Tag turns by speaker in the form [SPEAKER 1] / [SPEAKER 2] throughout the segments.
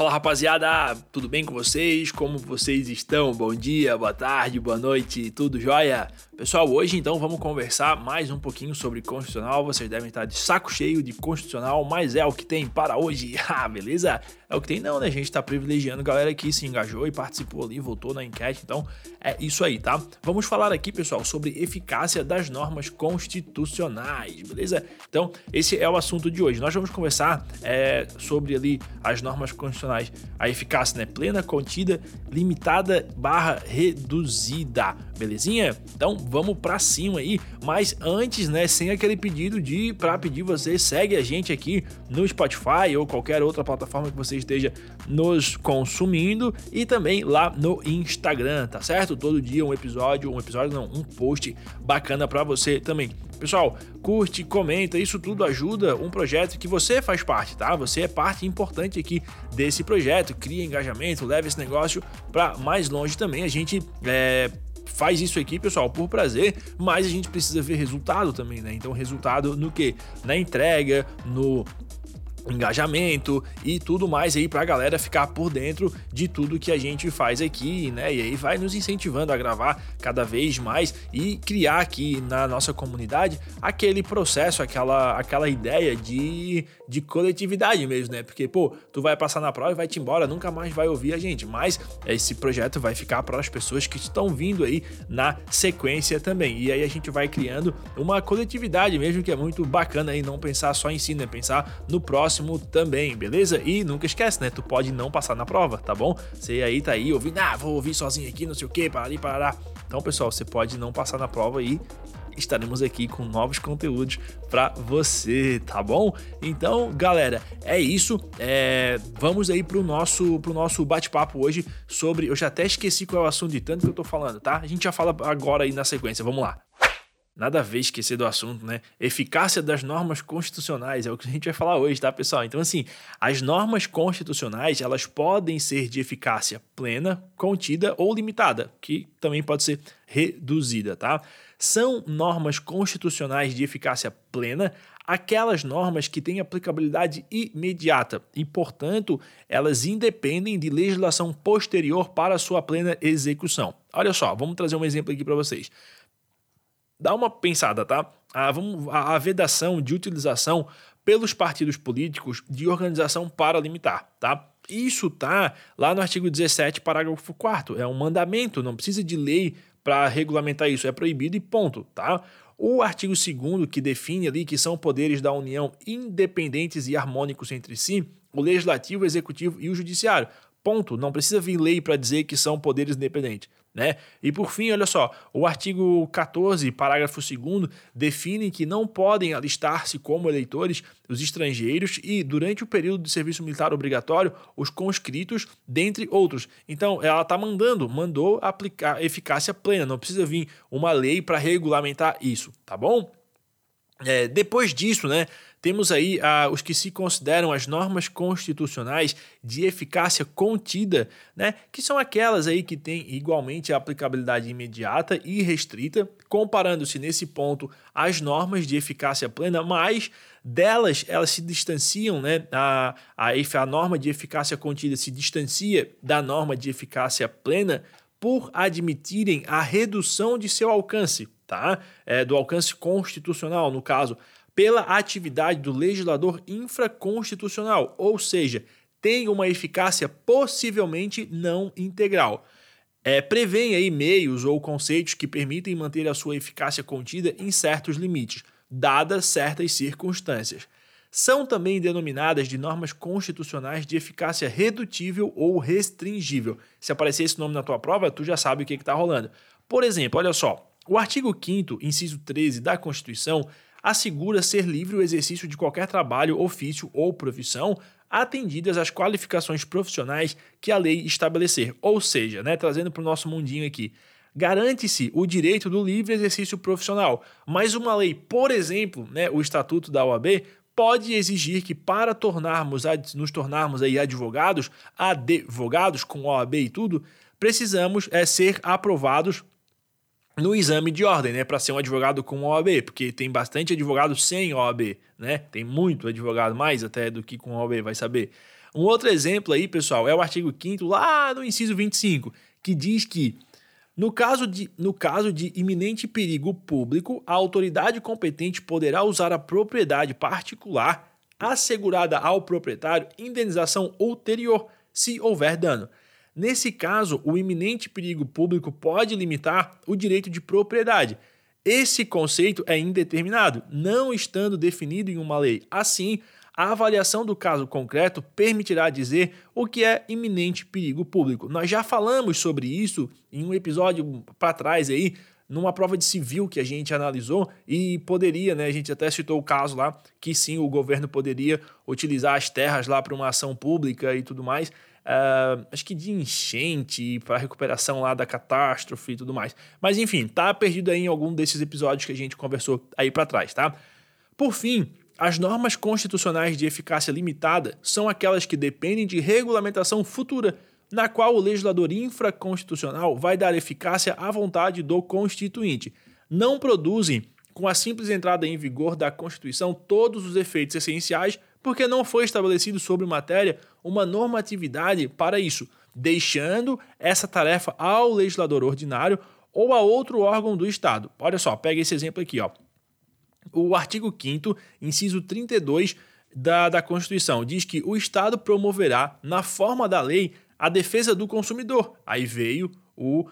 [SPEAKER 1] Fala rapaziada, tudo bem com vocês? Como vocês estão? Bom dia, boa tarde, boa noite, tudo jóia? Pessoal, hoje então vamos conversar mais um pouquinho sobre constitucional. Vocês devem estar de saco cheio de constitucional, mas é o que tem para hoje, beleza? É o que tem não, né? A gente tá privilegiando a galera que se engajou e participou ali, votou na enquete, então é isso aí, tá? Vamos falar aqui, pessoal, sobre eficácia das normas constitucionais, beleza? Então, esse é o assunto de hoje. Nós vamos conversar sobre ali as normas constitucionais, a eficácia, né? Plena, contida, limitada / reduzida, belezinha? Então, vamos pra cima aí, mas antes, né, sem aquele pedido pra pedir você, segue a gente aqui no Spotify ou qualquer outra plataforma que você esteja nos consumindo e também lá no Instagram, tá certo? Todo dia um post bacana pra você também. Pessoal, curte, comenta, isso tudo ajuda um projeto que você faz parte, tá? Você é parte importante aqui desse projeto, cria engajamento, leva esse negócio pra mais longe também. A gente faz isso aqui, pessoal, por prazer, mas a gente precisa ver resultado também, né? Então, resultado no quê? Na entrega, no engajamento e tudo mais aí pra galera ficar por dentro de tudo que a gente faz aqui, né? E aí vai nos incentivando a gravar cada vez mais e criar aqui na nossa comunidade aquele processo, aquela ideia de coletividade mesmo, né? Porque, pô, tu vai passar na prova e vai-te embora, nunca mais vai ouvir a gente, mas esse projeto vai ficar para as pessoas que estão vindo aí na sequência também. E aí a gente vai criando uma coletividade mesmo, que é muito bacana aí, não pensar só em si, né? Pensar no próximo também, beleza? E nunca esquece, né? Tu pode não passar na prova, tá bom? Você aí tá aí ouvindo, vou ouvir sozinho aqui, não sei o que, parará. Então, pessoal, você pode não passar na prova e estaremos aqui com novos conteúdos pra você, tá bom? Então, galera, é isso. Vamos aí pro nosso bate-papo hoje sobre... Eu já até esqueci qual é o assunto de tanto que eu tô falando, tá? A gente já fala agora aí na sequência, vamos lá. Nada a ver esquecer do assunto, né? Eficácia das normas constitucionais é o que a gente vai falar hoje, tá, pessoal? Então, assim, as normas constitucionais, elas podem ser de eficácia plena, contida ou limitada, que também pode ser reduzida, tá? São normas constitucionais de eficácia plena aquelas normas que têm aplicabilidade imediata e, portanto, elas independem de legislação posterior para sua plena execução. Olha só, vamos trazer um exemplo aqui para vocês. Dá uma pensada, tá? A vedação de utilização pelos partidos políticos de organização para limitar, tá? Isso tá lá no artigo 17, parágrafo 4º. É um mandamento, não precisa de lei para regulamentar isso. É proibido e ponto, tá? O artigo 2º, que define ali que são poderes da União independentes e harmônicos entre si, o Legislativo, o Executivo e o Judiciário. Ponto. Não precisa vir lei para dizer que são poderes independentes, né? E por fim, olha só, o artigo 14, parágrafo 2º, define que não podem alistar-se como eleitores os estrangeiros e, durante o período de serviço militar obrigatório, os conscritos, dentre outros. Então, ela mandou aplicar eficácia plena, não precisa vir uma lei para regulamentar isso, tá bom? Depois disso, né, temos aí os que se consideram as normas constitucionais de eficácia contida, né, que são aquelas aí que têm igualmente a aplicabilidade imediata e restrita, comparando-se nesse ponto às normas de eficácia plena, mas delas elas se distanciam, né, a norma de eficácia contida se distancia da norma de eficácia plena por admitirem a redução de seu alcance, tá? Do alcance constitucional, no caso, pela atividade do legislador infraconstitucional, ou seja, tem uma eficácia possivelmente não integral. Prevêem aí meios ou conceitos que permitem manter a sua eficácia contida em certos limites, dadas certas circunstâncias. São também denominadas de normas constitucionais de eficácia redutível ou restringível. Se aparecer esse nome na tua prova, tu já sabe o que está rolando. Por exemplo, olha só, o artigo 5º, inciso 13 da Constituição, assegura ser livre o exercício de qualquer trabalho, ofício ou profissão, atendidas as qualificações profissionais que a lei estabelecer. Ou seja, né, trazendo para o nosso mundinho aqui, garante-se o direito do livre exercício profissional, mas uma lei, por exemplo, né, o Estatuto da OAB, pode exigir que para nos tornarmos aí advogados com OAB e tudo, precisamos ser aprovados no exame de ordem, né, para ser um advogado com OAB, porque tem bastante advogado sem OAB, né, tem muito advogado, mais até do que com OAB, vai saber. Um outro exemplo aí, pessoal, é o artigo 5º lá no inciso 25, que diz que no caso de iminente perigo público, a autoridade competente poderá usar a propriedade particular assegurada ao proprietário indenização ulterior, se houver dano. Nesse caso, o iminente perigo público pode limitar o direito de propriedade. Esse conceito é indeterminado, não estando definido em uma lei. Assim, a avaliação do caso concreto permitirá dizer o que é iminente perigo público. Nós já falamos sobre isso em um episódio para trás aí, numa prova de civil que a gente analisou e poderia, né, a gente até citou o caso lá, que sim, o governo poderia utilizar as terras lá para uma ação pública e tudo mais, acho que de enchente, para recuperação lá da catástrofe e tudo mais. Mas enfim, tá perdido aí em algum desses episódios que a gente conversou aí para trás, tá? Por fim, as normas constitucionais de eficácia limitada são aquelas que dependem de regulamentação futura, na qual o legislador infraconstitucional vai dar eficácia à vontade do constituinte. Não produzem, com a simples entrada em vigor da Constituição, todos os efeitos essenciais, porque não foi estabelecido sobre matéria uma normatividade para isso, deixando essa tarefa ao legislador ordinário ou a outro órgão do Estado. Olha só, pega esse exemplo aqui, ó. O artigo 5º, inciso 32 da Constituição, diz que o Estado promoverá, na forma da lei, a defesa do consumidor. Aí veio o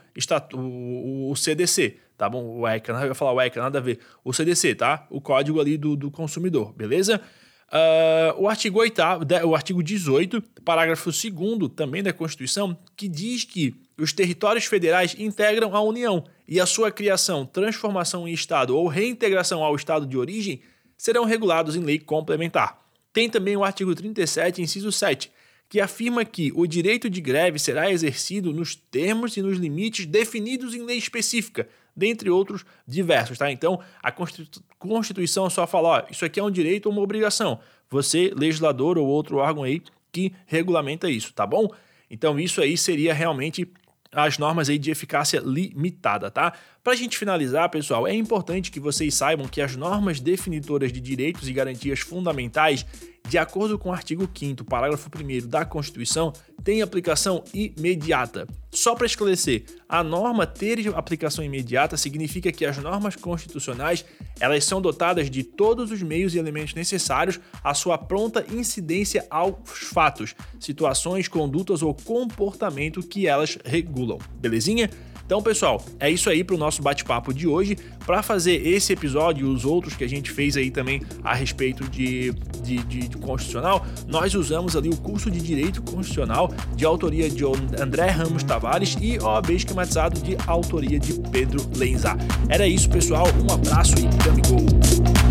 [SPEAKER 1] CDC, tá bom? O ECA, eu ia falar o ECA, nada a ver. O CDC, tá? O Código ali do Consumidor, beleza? O artigo 18, parágrafo 2º também da Constituição, que diz que os territórios federais integram a União e a sua criação, transformação em Estado ou reintegração ao Estado de origem serão regulados em lei complementar. Tem também o artigo 37, inciso 7, que afirma que o direito de greve será exercido nos termos e nos limites definidos em lei específica, dentre outros diversos, tá? Então, a Constituição só fala, ó, isso aqui é um direito ou uma obrigação. Você, legislador ou outro órgão aí que regulamenta isso, tá bom? Então, isso aí seria realmente as normas aí de eficácia limitada, tá? Pra gente finalizar, pessoal, é importante que vocês saibam que as normas definitoras de direitos e garantias fundamentais, de acordo com o artigo 5º, parágrafo 1º da Constituição, têm aplicação imediata. Só para esclarecer, a norma ter aplicação imediata significa que as normas constitucionais elas são dotadas de todos os meios e elementos necessários à sua pronta incidência aos fatos, situações, condutas ou comportamento que elas regulam. Belezinha? Então, pessoal, é isso aí para o nosso bate-papo de hoje. Para fazer esse episódio e os outros que a gente fez aí também a respeito de constitucional, nós usamos ali o curso de Direito Constitucional de autoria de André Ramos Tavares e OAB esquematizado de autoria de Pedro Lenzá. Era isso, pessoal. Um abraço e Gamigol!